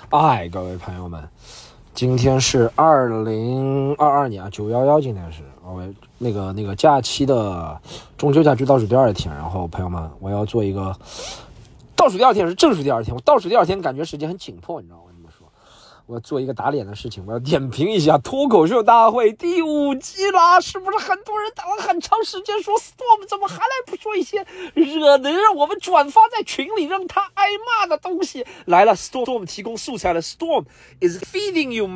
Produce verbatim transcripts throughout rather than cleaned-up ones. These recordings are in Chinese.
哎，各位朋友们，今天是二零二二年啊，九幺幺，今天是我那个那个假期的中秋假期倒数第二天。然后朋友们，我要做一个倒数第二天是正数第二天，我倒数第二天感觉时间很紧迫，你知道吗？我要做一个打脸的事情，我要点评一下脱口秀大会第五季啦！是不是很多人等了很长时间说 Storm 怎么还来不说一些惹能让我们转发在群里让他挨骂的东西？来了 ，Storm 提供素材了 ，Storm is feeding you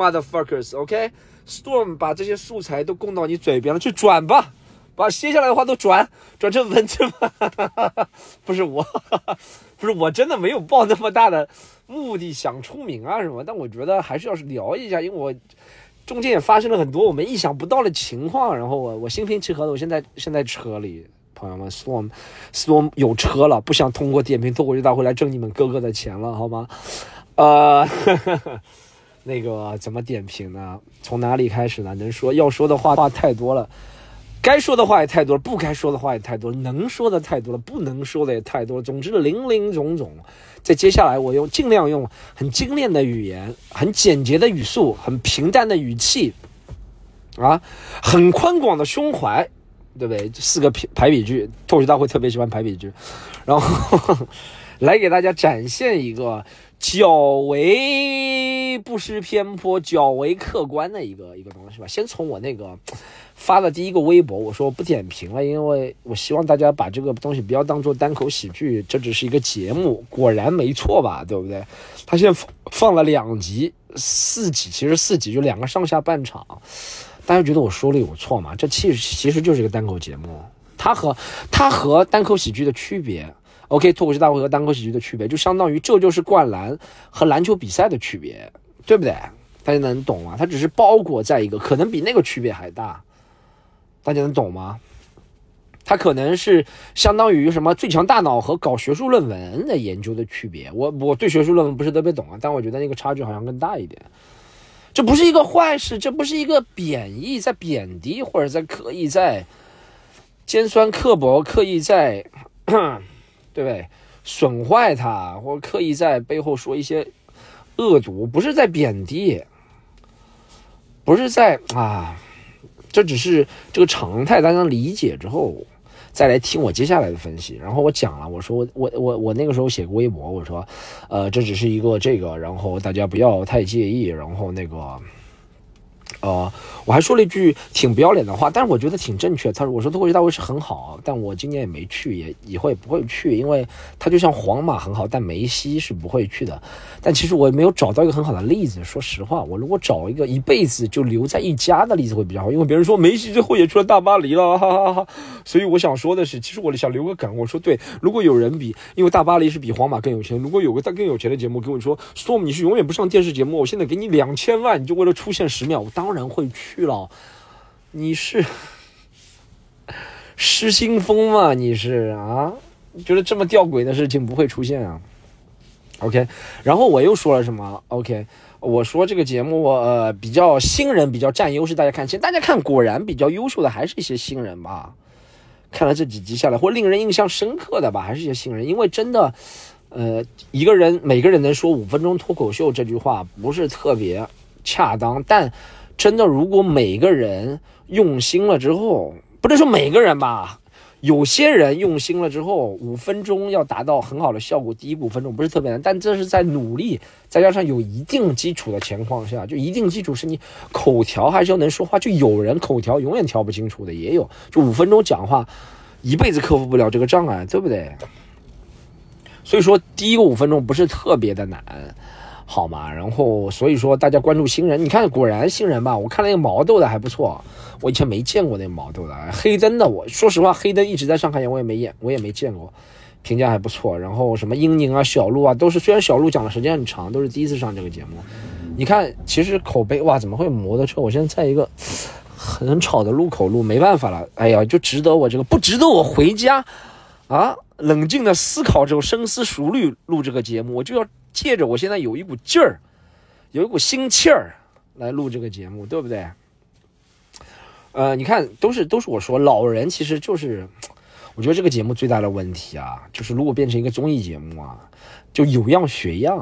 motherfuckers，OK？Storm、okay? 把这些素材都供到你嘴边了，去转吧，把接下来的话都转转成文字吧。不是我，不是我真的没有抱那么大的目的想出名啊什么，但我觉得还是要是聊一下，因为我中间也发生了很多我们意想不到的情况，然后我我心平气和的，我现在现在车里，朋友们 ，Storm Storm 有车了，不想通过点评脱口秀大会来挣你们哥哥的钱了，好吗？呃，呵呵那个怎么点评呢？从哪里开始呢？能说要说的话话太多了。该说的话也太多了，不该说的话也太多了，能说的太多了，不能说的也太多了，总之林林总总。在接下来我用尽量用很精炼的语言，很简洁的语速，很平淡的语气啊，很宽广的胸怀，对不对？四个排比句，脱口秀大会特别喜欢排比句，然后呵呵来给大家展现一个较为不失偏颇、较为客观的一个一个东西吧。先从我那个发的第一个微博，我说我不点评了，因为我希望大家把这个东西不要当做单口喜剧，这只是一个节目。果然没错吧，对不对？他现在放了两集，四集，其实四集就两个上下半场。大家觉得我说了有错吗？这其实其实就是一个单口节目，它和它和单口喜剧的区别。OK， 脱口秀大会和单口喜剧的区别，就相当于这就是灌篮和篮球比赛的区别，对不对？大家能懂吗？它只是包裹在一个，可能比那个区别还大，大家能懂吗？它可能是相当于什么最强大脑和搞学术论文的研究的区别。我我对学术论文不是特别懂啊，但我觉得那个差距好像更大一点。这不是一个坏事，这不是一个贬义，在贬低或者在刻意在尖酸刻薄，刻意在。对不对？损坏他，或者刻意在背后说一些恶毒，不是在贬低，不是在啊，这只是这个常态，大家理解之后，再来听我接下来的分析。然后我讲了，我说我我我我那个时候写过微博，我说，呃，这只是一个这个，然后大家不要太介意，然后那个。呃，我还说了一句挺不要脸的话，但是我觉得挺正确。他说：“我说脱口秀大会是很好，但我今年也没去，也以后也不会去，因为他就像皇马很好，但梅西是不会去的。但其实我也没有找到一个很好的例子。说实话，我如果找一个一辈子就留在一家的例子会比较好，因为别人说梅西最后也去了大巴黎了，哈哈哈哈。所以我想说的是，其实我想留个梗，我说对，如果有人比，因为大巴黎是比皇马更有钱，如果有个更有钱的节目跟我说 ，Storm 你是永远不上电视节目，我现在给你两千万，你就为了出现十秒，我当然会去了。你是失心疯吗？你是啊？觉得这么吊诡的事情不会出现啊 ？OK， 然后我又说了什么 ？OK， 我说这个节目呃比较新人，比较占优势，大家看，大家看，果然比较优秀的还是一些新人吧。看了这几集下来，或令人印象深刻的吧，还是一些新人，因为真的，呃，一个人每个人能说五分钟脱口秀这句话不是特别恰当，但真的，如果每个人用心了之后，不能说每个人吧，有些人用心了之后，五分钟要达到很好的效果，第一五分钟不是特别难，但这是在努力，再加上有一定基础的情况下，就一定基础是你口条还是要能说话，就有人口条永远调不清楚的，也有，就五分钟讲话，一辈子克服不了这个障碍，对不对？所以说，第一个五分钟不是特别的难。好嘛，然后所以说大家关注新人，你看果然新人吧，我看那个毛豆的还不错，我以前没见过那个毛豆的，黑灯的我说实话，黑灯一直在上海演，我也没演，我也没见过，评价还不错。然后什么英宁啊、小鹿啊，都是虽然小鹿讲的时间很长，都是第一次上这个节目。你看，其实口碑哇，怎么会有摩托车？我现在在一个很吵的路口录，没办法了，哎呀，就值得我这个不值得我回家啊，冷静的思考之后，深思熟虑录这个节目，我就要。借着我现在有一股劲儿，有一股心气儿来录这个节目，对不对？呃，你看，都是都是我说，老人其实就是，我觉得这个节目最大的问题啊，就是如果变成一个综艺节目啊，就有样学样，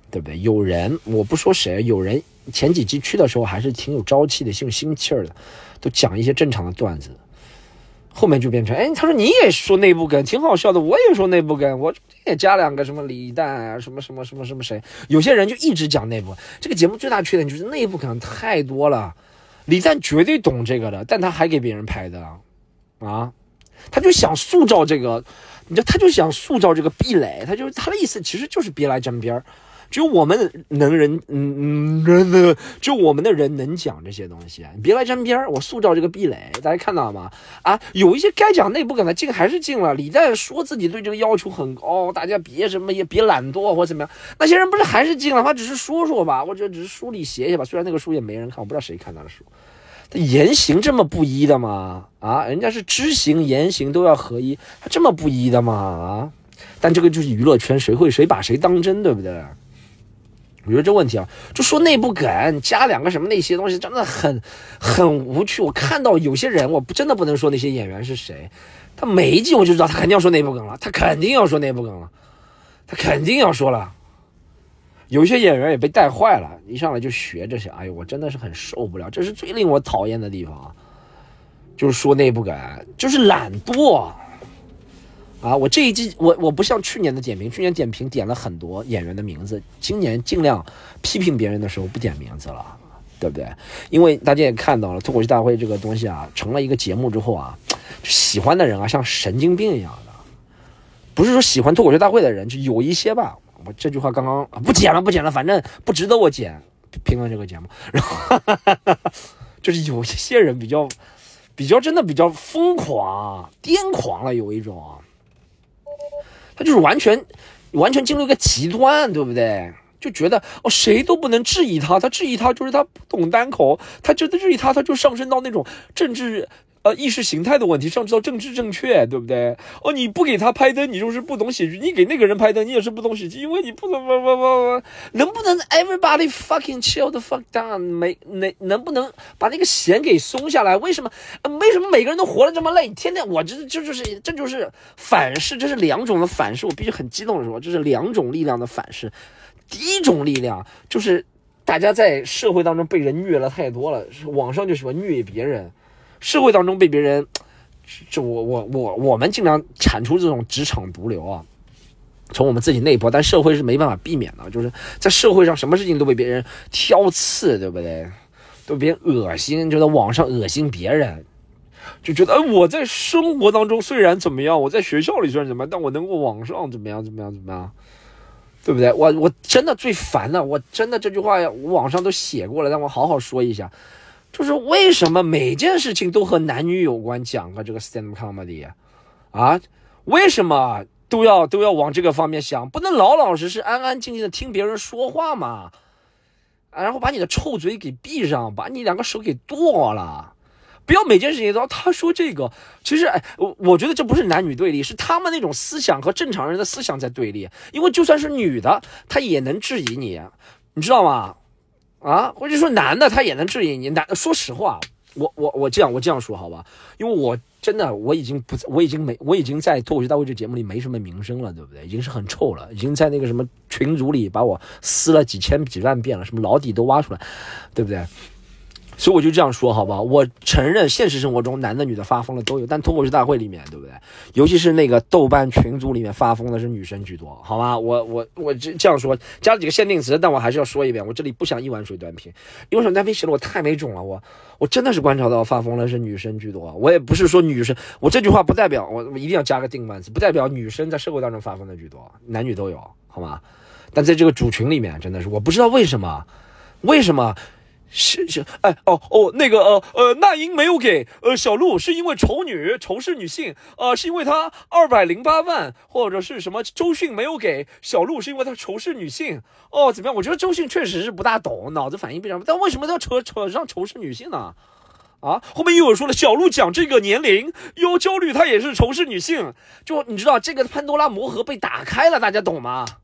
对不对？有人，我不说谁，有人前几集去的时候还是挺有朝气的，挺有心气儿的，都讲一些正常的段子。后面就变成，哎，他说你也说内部梗，挺好笑的，我也说内部梗，我也加两个什么李诞啊，什么什么什么什么谁，有些人就一直讲内部。这个节目最大缺点就是内部梗太多了，李诞绝对懂这个的，但他还给别人拍的啊，他就想塑造这个，你知道，他就想塑造这个壁垒，他就他的意思其实就是别来沾边儿。只有我们能人，嗯嗯，只有我们的人能讲这些东西，你别来沾边儿。我塑造这个壁垒，大家看到吗？啊，有一些该讲内部梗的进还是进了。李诞说自己对这个要求很高，大家别什么也别懒惰或怎么样。那些人不是还是进了？他只是说说吧，或者只是书里写写吧。虽然那个书也没人看，我不知道谁看他的书。他言行这么不一的吗？啊，人家是知行言行都要合一，他这么不一的吗？啊，但这个就是娱乐圈，谁会谁把谁当真，对不对？我觉得这问题啊，就说内部梗加两个什么那些东西，真的很很无趣。我看到有些人，我不真的不能说那些演员是谁，他每一季我就知道他肯定要说内部梗了，他肯定要说内部梗了，他肯定要说了。有一些演员也被带坏了，一上来就学这些，哎呦，我真的是很受不了，这是最令我讨厌的地方，就是说内部梗，就是懒惰。啊，我这一季我我不像去年的点评，去年点评点了很多演员的名字，今年尽量批评别人的时候不点名字了，对不对？因为大家也看到了，脱口秀大会这个东西啊，成了一个节目之后啊，喜欢的人啊像神经病一样的，不是说喜欢脱口秀大会的人，就有一些吧。我这句话刚刚不剪了不剪了，反正不值得我剪评论这个节目。然后就是有一些人比较比较真的比较疯狂癫狂了，有一种。他就是完全完全进入一个极端，对不对？就觉得哦，谁都不能质疑他，他质疑他就是他不懂单口，他觉得质疑他，他就上升到那种政治呃意识形态的问题，上升到政治正确，对不对？哦，你不给他拍灯，你就是不懂喜剧；你给那个人拍灯，你也是不懂喜剧，因为你不能不不不，能不能 everybody fucking chill the fuck down？ 没能能不能把那个弦给松下来？为什么、呃、为什么每个人都活得这么累？天天我这这就是这就是反噬，这是两种的反噬。我必须很激动的说，这是两种力量的反噬。第一种力量就是大家在社会当中被人虐了太多了，网上就喜欢虐别人。社会当中被别人，就我我我我们尽量铲除这种职场毒瘤啊，从我们自己内部，但社会是没办法避免的，就是在社会上什么事情都被别人挑刺，对不对？都被别人恶心，就在网上恶心别人，就觉得哎，我在生活当中虽然怎么样，我在学校里虽然怎么样，但我能够网上怎么样怎么样怎么样，对不对？我我真的最烦的，我真的这句话我网上都写过了，但我好好说一下。就是为什么每件事情都和男女有关，讲个这个 stand up comedy 啊？为什么都要都要往这个方面想？不能老老实实安安静静的听别人说话嘛？啊，然后把你的臭嘴给闭上，把你两个手给剁了，不要每件事情都他说这个。其实哎，我我觉得这不是男女对立，是他们那种思想和正常人的思想在对立。因为就算是女的，她也能质疑你，你知道吗？啊，或者说男的他也能质疑你。男，说实话，我我我这样我这样说好吧，因为我真的我已经不我已经没我已经在脱口秀大会这节目里没什么名声了，对不对？已经是很臭了，已经在那个什么群组里把我撕了几千几万遍了，什么老底都挖出来，对不对？所以我就这样说好吧，我承认现实生活中男的女的发疯的都有，但脱口秀大会里面，对不对？尤其是那个豆瓣群组里面发疯的是女生居多，好吧？我我我这这样说，加了几个限定词，但我还是要说一遍，我这里不想一碗水端平，一碗水端平写的我太没种了，我我真的是观察到发疯的是女生居多，我也不是说女生，我这句话不代表我我一定要加个定冠词，不代表女生在社会当中发疯的居多，男女都有，好吗？但在这个主群里面，真的是我不知道为什么，为什么？是是，哎哦哦，那个呃呃，那英没有给呃小鹿，是因为丑女仇视女性，呃，是因为他二百零八万，或者是什么？周迅没有给小鹿，是因为他仇视女性。哦，怎么样？我觉得周迅确实是不大懂，脑子反应非常，但为什么要扯扯上仇视女性呢？啊，后面又有说了，小鹿讲这个年龄有焦虑，他也是仇视女性。就你知道这个潘多拉魔盒被打开了，大家懂吗？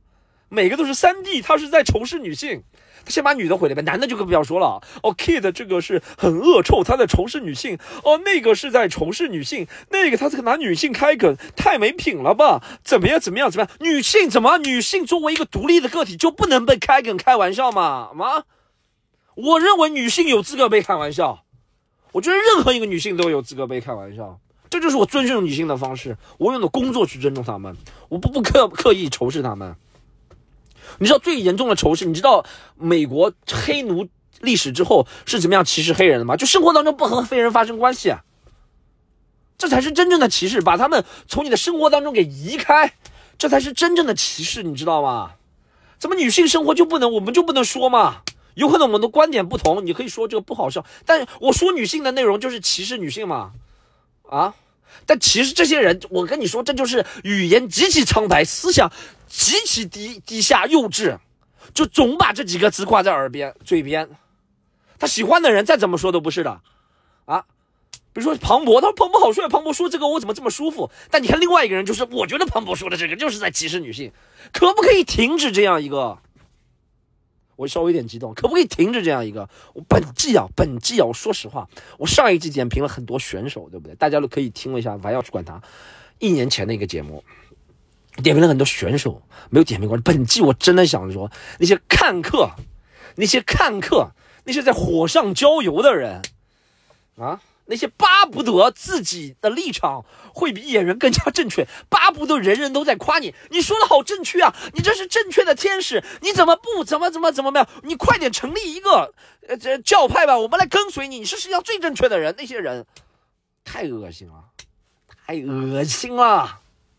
每个都是三 D， 他是在仇视女性。他先把女的毁了呗，男的就更不要说了。哦 ，Kid 这个是很恶臭，他在仇视女性。哦，那个是在仇视女性，那个他这个拿女性开梗，太没品了吧？怎么样？怎么样？怎么样？女性怎么？女性作为一个独立的个体，就不能被开梗开玩笑吗？吗？我认为女性有资格被开玩笑，我觉得任何一个女性都有资格被开玩笑。这就是我尊重女性的方式，我用的工作去尊重她们，我不不刻刻意仇视她们。你知道最严重的仇视，你知道美国黑奴历史之后是怎么样歧视黑人的吗？就生活当中不和黑人发生关系啊，这才是真正的歧视，把他们从你的生活当中给移开，这才是真正的歧视，你知道吗？怎么女性生活就不能，我们就不能说吗？有可能我们的观点不同，你可以说这个不好笑，但我说女性的内容就是歧视女性嘛，啊？但其实这些人，我跟你说，这就是语言极其苍白，思想极其低低下幼稚，就总把这几个词挂在耳边嘴边。他喜欢的人再怎么说都不是的，啊，比如说庞博，他说庞博好帅，庞博说这个我怎么这么舒服？但你看另外一个人，就是我觉得庞博说的这个就是在歧视女性，可不可以停止这样一个？我稍微有点激动，可不可以停止这样一个？我本季啊，本季啊，我说实话，我上一季点评了很多选手，对不对？大家都可以听一下，还要去管他一年前的一个节目，点评了很多选手，没有点评过。本季我真的想说，那些看客，那些看客，那些在火上浇油的人啊，那些巴不得自己的立场会比演员更加正确，巴不得人人都在夸你，你说的好正确啊，你这是正确的天使，你怎么不怎么怎么怎么样？你快点成立一个呃这教派吧，我们来跟随你，你是世界上最正确的人。那些人太恶心了，太恶心了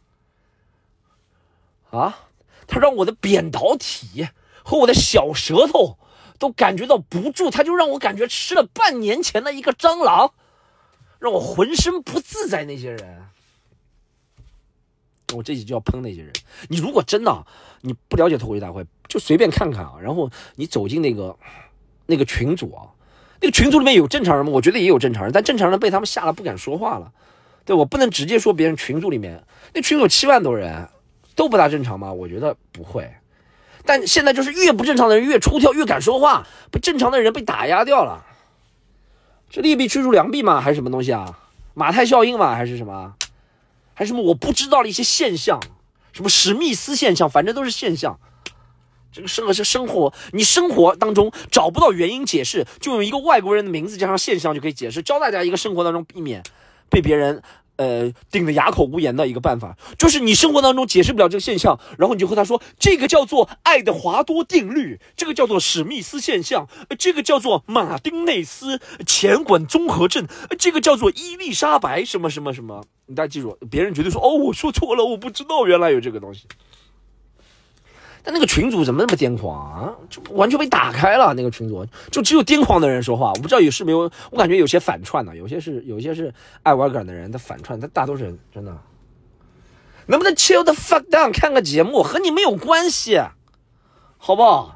啊！他让我的扁桃体和我的小舌头都感觉到不住，他就让我感觉吃了半年前的一个蟑螂。让我浑身不自在，那些人，我这集就要喷那些人。你如果真的、啊、你不了解脱口秀大会，就随便看看啊，然后你走进那个那个群组啊，那个群组里面有正常人吗？我觉得也有正常人，但正常人被他们吓得不敢说话了。对，我不能直接说别人群组里面那群有七万多人都不大正常吗？我觉得不会。但现在就是越不正常的人越出挑，越敢说话，不正常的人被打压掉了。是利弊驱逐良币吗？还是什么东西啊？马太效应吗？还是什么？还是什么我不知道的一些现象？什么史密斯现象？反正都是现象。这个生活是生活，你生活当中找不到原因解释，就用一个外国人的名字加上现象就可以解释。教大家一个生活当中避免被别人呃顶得哑口无言的一个办法，就是你生活当中解释不了这个现象，然后你就和他说，这个叫做爱德华多定律，这个叫做史密斯现象，这个叫做马丁内斯前管综合症，这个叫做伊丽莎白什么什么什么。你大家记住，别人绝对说哦我说错了，我不知道原来有这个东西。但那个群组怎么那么癫狂啊？就完全被打开了，那个群组就只有癫狂的人说话。我不知道有是没有，我感觉有些反串的，有些是有些是爱玩梗的人，他反串，他大多数人真的能不能 chill the fuck down 看个节目和你没有关系，好不好？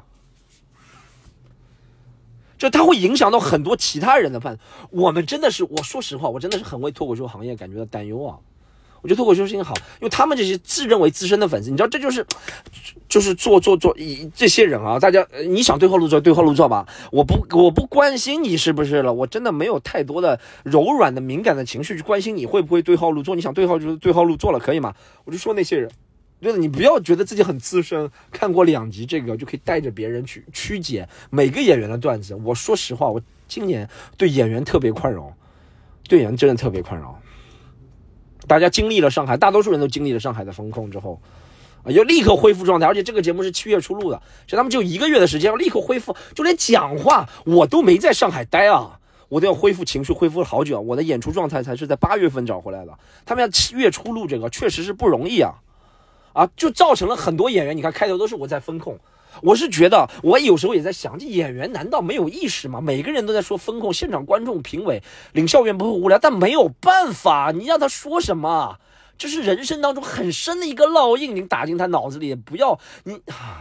就它会影响到很多其他人的判断。我们真的是，我说实话，我真的是很为脱口秀行业感觉到担忧啊。我觉得脱口秀事情好，因为他们这些自认为资深的粉丝，你知道，这就是就是做做做这些人啊，大家你想对号入座对号入座吧，我不我不关心你是不是了，我真的没有太多的柔软的敏感的情绪去关心你会不会对号入座，你想对号就对号入座了，可以吗？我就说那些人，就是你不要觉得自己很资深，看过两集这个就可以带着别人去曲解每个演员的段子。我说实话，我今年对演员特别宽容，对演员真的特别宽容。大家经历了上海，大多数人都经历了上海的封控之后，啊，要立刻恢复状态。而且这个节目是七月初录的，所以他们只有一个月的时间要立刻恢复。就连讲话我都没在上海待啊，我都要恢复情绪，恢复了好久。我的演出状态才是在八月份找回来的。他们要七月初录这个，确实是不容易啊，啊，就造成了很多演员，你看开头都是我在封控。我是觉得，我有时候也在想，这演员难道没有意识吗？每个人都在说风控，现场观众、评委、领笑员不会无聊，但没有办法，你让他说什么？这是人生当中很深的一个烙印，你打进他脑子里，不要你。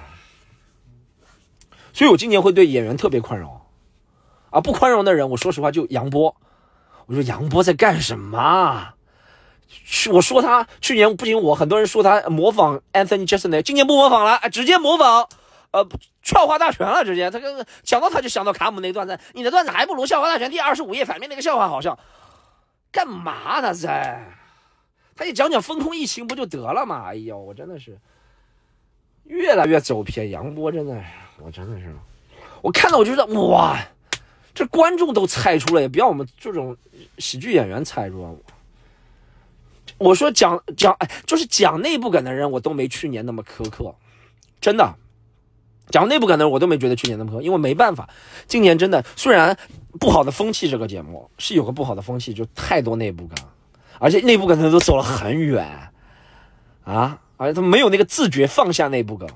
所以我今年会对演员特别宽容，啊，不宽容的人，我说实话就杨波，我说杨波在干什么？ 我说他去年不仅我，很多人说他模仿 Anthony Jeselnik， 今年不模仿了，直接模仿呃笑话大全了，直接他想到他就想到卡姆那段子，你的段子还不如笑话大全第二十五页反面那个笑话好笑，干嘛他在？他也讲讲风控疫情不就得了吗？哎呦，我真的是越来越走偏，杨波真的是，我真的是，我看到我就觉得哇，这观众都猜出了，也不要我们这种喜剧演员猜出来。我说讲讲，哎，就是讲内部梗的人，我都没去年那么苛刻，真的。讲内部梗的人，我都没觉得去年那么苛刻，因为没办法，今年真的虽然不好的风气，这个节目是有个不好的风气，就太多内部梗，而且内部梗的人都走了很远啊，而且他们没有那个自觉放下内部梗。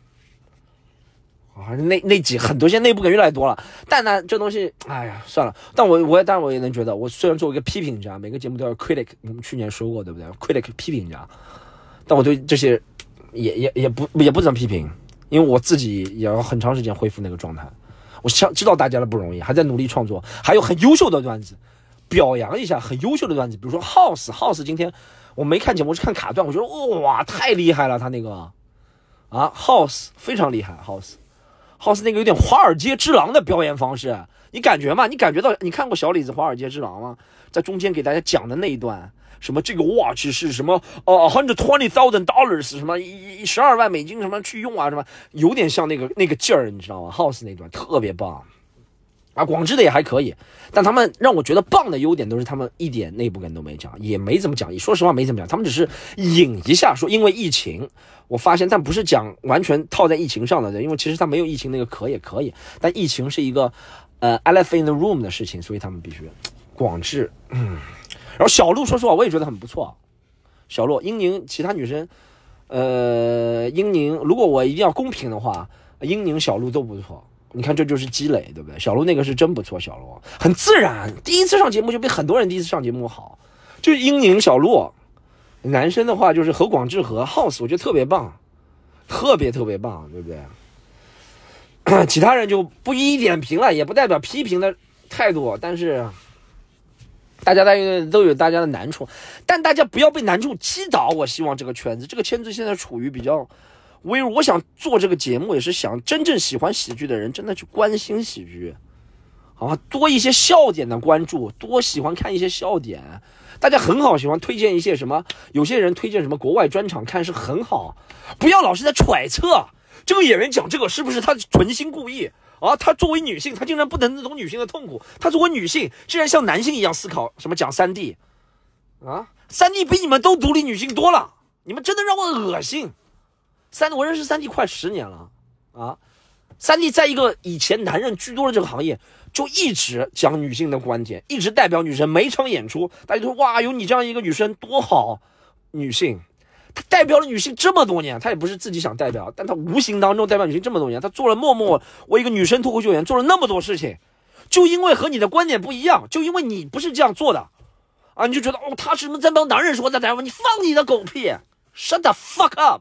啊，那那几很多，现在内部梗越来越多了，但呢，这东西，哎呀，算了。但我我也，但我也能觉得，我虽然作为一个批评家，每个节目都要 critic， 我们去年说过，对不对 ？critic 批评家，但我对这些也也也不也不怎么批评，因为我自己也要很长时间恢复那个状态。我想知道大家的不容易，还在努力创作，还有很优秀的段子，表扬一下很优秀的段子，比如说 House House， 今天我没看节目，我是看卡段，我觉得哇太厉害了，他那个啊 House 非常厉害 House。House 那个有点华尔街之狼的表演方式，你感觉吗？你感觉到你看过小李子华尔街之狼吗？在中间给大家讲的那一段，什么这个 watch 是什么呃 hundred twenty thousand dollars 什么一十二万美金什么去用啊什么，有点像那个那个劲儿，你知道吗 ？House 那段特别棒啊，广智的也还可以，但他们让我觉得棒的优点都是他们一点内部梗都没讲，也没怎么讲，说实话没怎么讲，他们只是引一下说因为疫情。我发现，但不是讲完全套在疫情上的，因为其实他没有疫情那个壳也可以，但疫情是一个呃 elephant in the room 的事情，所以他们必须广智。嗯，然后小鹿，说实话，我也觉得很不错。小鹿、英宁，其他女生，呃，英宁，如果我一定要公平的话，英宁、小鹿都不错。你看，这就是积累，对不对？小鹿那个是真不错，小鹿很自然，第一次上节目就比很多人第一次上节目好，就是英宁、小鹿。男生的话就是何广智和 House， 我觉得特别棒，特别特别棒，对不对？其他人就不一一点评了，也不代表批评的态度，但是大家大家都有大家的难处，但大家不要被难处击倒。我希望这个圈子，这个圈子现在处于比较微弱。我想做这个节目，也是想真正喜欢喜剧的人真的去关心喜剧，啊，多一些笑点的关注，多喜欢看一些笑点。大家很好，喜欢推荐一些什么，有些人推荐什么国外专场看是很好，不要老是在揣测这个演员讲这个是不是他存心故意啊？他作为女性，他竟然不能懂女性的痛苦，他作为女性竟然像男性一样思考，什么讲三 D 啊？三 D 比你们都独立女性多了，你们真的让我恶心。三 D 我认识三 D 快十年了啊，三 D 在一个以前男人居多的这个行业。就一直讲女性的观点，一直代表女生，每场演出大家都说哇，有你这样一个女生多好。女性她代表了女性这么多年，她也不是自己想代表，但她无形当中代表女性这么多年，她做了默默为一个女生脱口秀演员做了那么多事情，就因为和你的观点不一样，就因为你不是这样做的啊，你就觉得哦，她是不是在帮男人说在台湾？你放你的狗屁 ，shut the fuck up。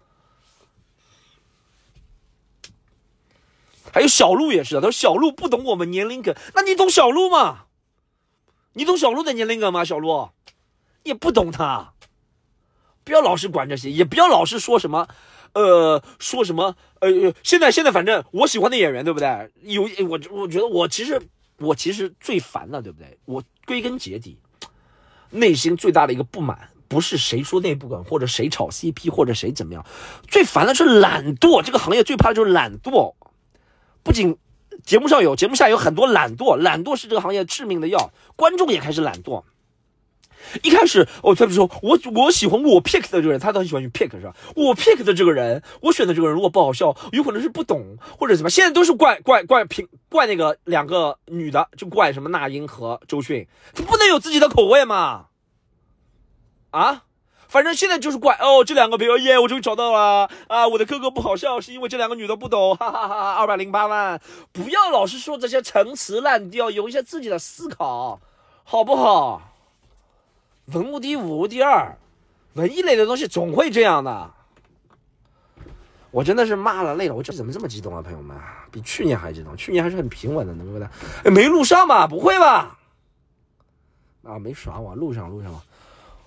还有小鹿也是的，他说小鹿不懂我们年龄梗，那你懂小鹿吗？你懂小鹿的年龄梗吗？小鹿也不懂他，不要老是管这些，也不要老是说什么，呃，说什么，呃，现在现在反正我喜欢的演员，对不对？有我我觉得我其实我其实最烦的，对不对？我归根结底，内心最大的一个不满。不是谁说内部梗，或者谁炒 C P， 或者谁怎么样，最烦的是懒惰。这个行业最怕的就是懒惰。不仅节目上有，节目下有很多懒惰，懒惰是这个行业致命的药，观众也开始懒惰。一开始我特别说，我我喜欢我 pick 的这个人，他都很喜欢去 pick 是吧？我 pick 的这个人，我选的这个人如果不好笑，有可能是不懂或者什么。现在都是怪怪怪评怪那个两个女的，就怪什么那英和周迅，他不能有自己的口味吗？啊？反正现在就是怪哦，这两个朋友耶，我终于找到了啊！我的哥哥不好笑，是因为这两个女的不懂，哈哈哈！二百零八万，不要老是说这些陈词滥调，有一些自己的思考，好不好？文无第一，武无第二，文艺类的东西总会这样的。我真的是骂了累了，我这怎么这么激动啊，朋友们？比去年还激动，去年还是很平稳的，对不对？哎，没录上吧？不会吧？啊，没耍我，录上录上。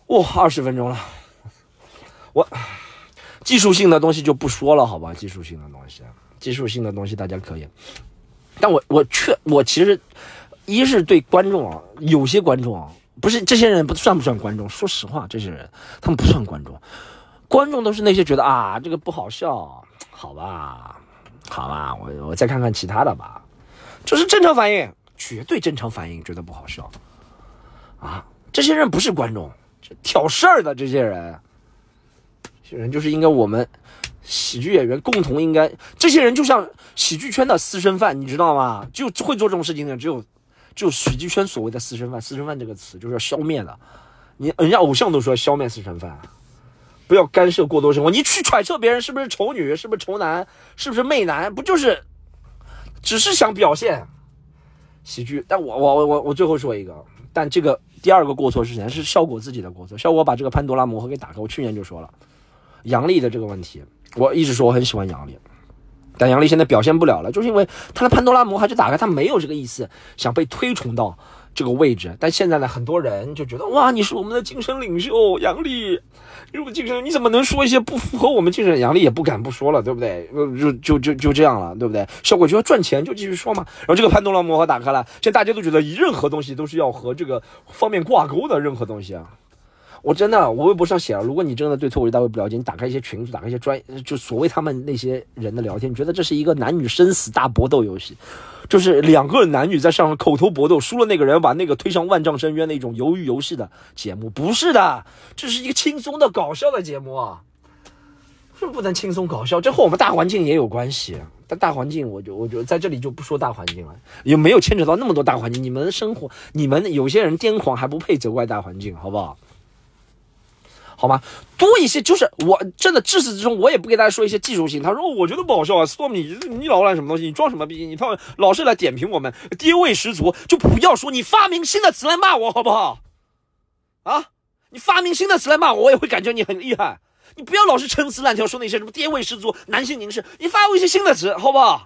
哇，二十分钟了，我技术性的东西就不说了，好吧？技术性的东西，技术性的东西大家可以，但我我确我其实一是对观众啊，有些观众啊，不是这些人不算不算观众？说实话，这些人他们不算观众，观众都是那些觉得啊这个不好笑，好吧，好吧，我我再看看其他的吧，这是正常反应，绝对正常反应，觉得不好笑啊，这些人不是观众，挑事儿的这些人。这人就是应该我们喜剧演员共同应该，这些人就像喜剧圈的私生饭，你知道吗？就会做这种事情的只有只有喜剧圈所谓的私生饭。私生饭这个词就是要消灭的，你人家偶像都说要消灭私生饭，不要干涉过多生活。你去揣测别人是不是丑女，是不是丑男，是不是媚男，不就是只是想表现喜剧？但我我我我最后说一个，但这个第二个过错是谁？是效果自己的过错。效果把这个潘多拉魔盒给打开。我去年就说了。杨笠的这个问题，我一直说我很喜欢杨笠，但杨笠现在表现不了了，就是因为他的潘多拉魔还是打开，他没有这个意思想被推崇到这个位置。但现在呢，很多人就觉得哇，你是我们的精神领袖杨笠，你是我们精神，你怎么能说一些不符合我们精神？杨笠也不敢不说了，对不对？就就就就这样了，对不对？效果就要赚钱，就继续说嘛。然后这个潘多拉魔盒打开了，现在大家都觉得任何东西都是要和这个方面挂钩的，任何东西啊。我真的，我微博上写了，如果你真的对脱口秀大会不了解，你打开一些群组，打开一些专，就所谓他们那些人的聊天，你觉得这是一个男女生死大搏斗游戏，就是两个男女在上面口头搏斗，输了那个人把那个推上万丈深渊的一种鱿鱼游戏的节目，不是的，这是一个轻松的搞笑的节目啊，是不能轻松搞笑，这和我们大环境也有关系。但大环境，我就我就在这里就不说大环境了，也没有牵扯到那么多大环境。你们的生活，你们有些人癫狂还不配责怪大环境，好不好？好吗？多一些，就是我真的至始至终，我也不给大家说一些技术性。他说、哦、我觉得不好笑啊 ，Storm 你你老赖什么东西，你装什么逼？你他老是来点评我们，爹味十足，就不要说你发明新的词来骂我，好不好？啊，你发明新的词来骂我，我也会感觉你很厉害。你不要老是陈词滥调，说那些什么爹味十足、男性凝视，你发明一些新的词，好不好？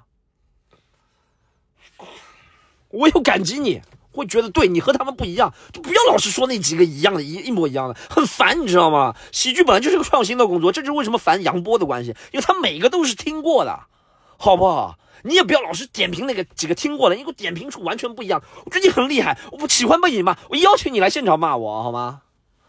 我有感激你。会觉得对你和他们不一样，就不要老是说那几个一样的，一一模一样的，很烦，你知道吗？喜剧本来就是个创新的工作，这就是为什么烦杨波的关系，因为他每个都是听过的，好不好？你也不要老是点评那个几个听过的，你给我点评出完全不一样。我觉得你很厉害，我不喜欢被你骂，我邀请你来现场骂我，好吗？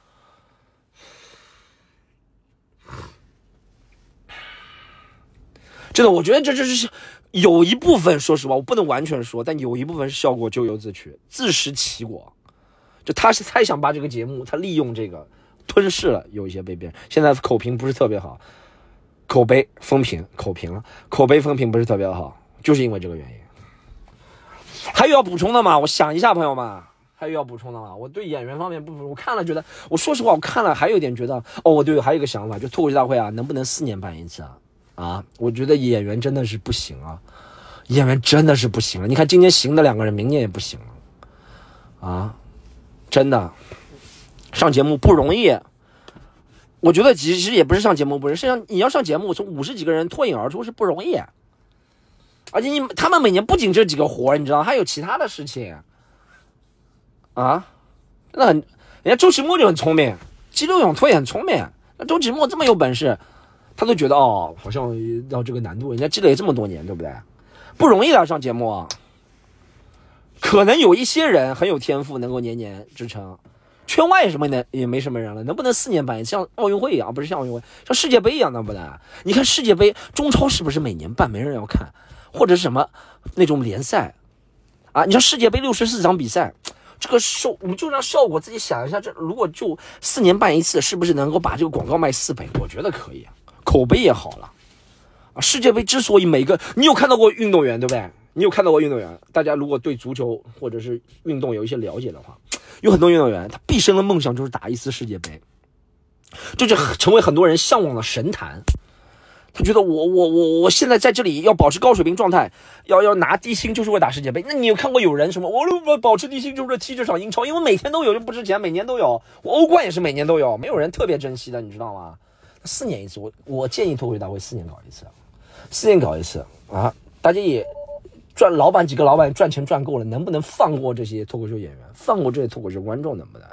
真的，我觉得这这是。有一部分，说实话，我不能完全说，但有一部分是效果咎由自取，自食其果。就他是太想把这个节目，他利用这个吞噬了，有一些被别人现在口评不是特别好，口碑风评口评了，口碑风评不是特别好，就是因为这个原因。还有要补充的吗？我想一下，朋友们，还有要补充的吗？我对演员方面不，我看了觉得，我说实话，我看了还有点觉得，哦，我对，还有一个想法，就脱口秀大会啊，能不能四年办一次啊？啊，我觉得演员真的是不行啊，演员真的是不行了。你看今年行的两个人，明年也不行了，啊，真的，上节目不容易。我觉得其实也不是上节目不容易，是上你要上节目，从五十几个人脱颖而出是不容易。而且你他们每年不仅这几个活，你知道，还有其他的事情，啊，那人家周奇墨就很聪明，激流勇拓也很聪明，那周奇墨这么有本事。他都觉得哦，好像要这个难度，人家积累这么多年，对不对？不容易的上节目啊。可能有一些人很有天赋，能够年年支撑。圈外什么的也没什么人了，能不能四年办一次，像奥运会一样，不是像奥运会，像世界杯一样，能不能？你看世界杯，中超是不是每年办，没人要看？或者是什么那种联赛啊？你像世界杯六十四场比赛。这个效，我们就让效果自己想一下，这如果就四年办一次，是不是能够把这个广告卖四倍？我觉得可以。口碑也好了啊！世界杯之所以每个你有看到过运动员，对不对？你有看到过运动员？大家如果对足球或者是运动有一些了解的话，有很多运动员他毕生的梦想就是打一次世界杯，这就成为很多人向往的神坛。他觉得我我我我现在在这里要保持高水平状态，要要拿低薪，就是为打世界杯。那你有看过有人什么我我保持低薪就是踢这场英超，因为每天都有就不值钱，每年都有。我欧冠也是每年都有，没有人特别珍惜的，你知道吗？四年一次，我我建议脱口秀大会四年搞一次，四年搞一次啊！大家也赚，老板几个老板赚钱赚够了，能不能放过这些脱口秀演员，放过这些脱口秀观众，能不能？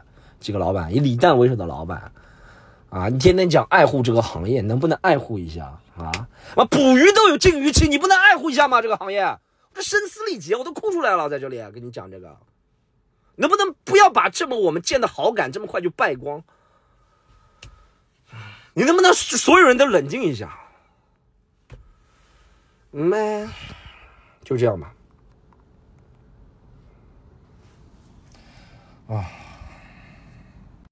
几个老板，以李诞为首的老板啊，你天天讲爱护这个行业，能不能爱护一下啊？啊，捕鱼都有禁渔期，你不能爱护一下吗？这个行业，这声嘶力竭，我都哭出来了，在这里跟你讲这个，能不能不要把这么我们建的好感这么快就败光？你能不能所有人都冷静一下？嗯，就这样吧。啊。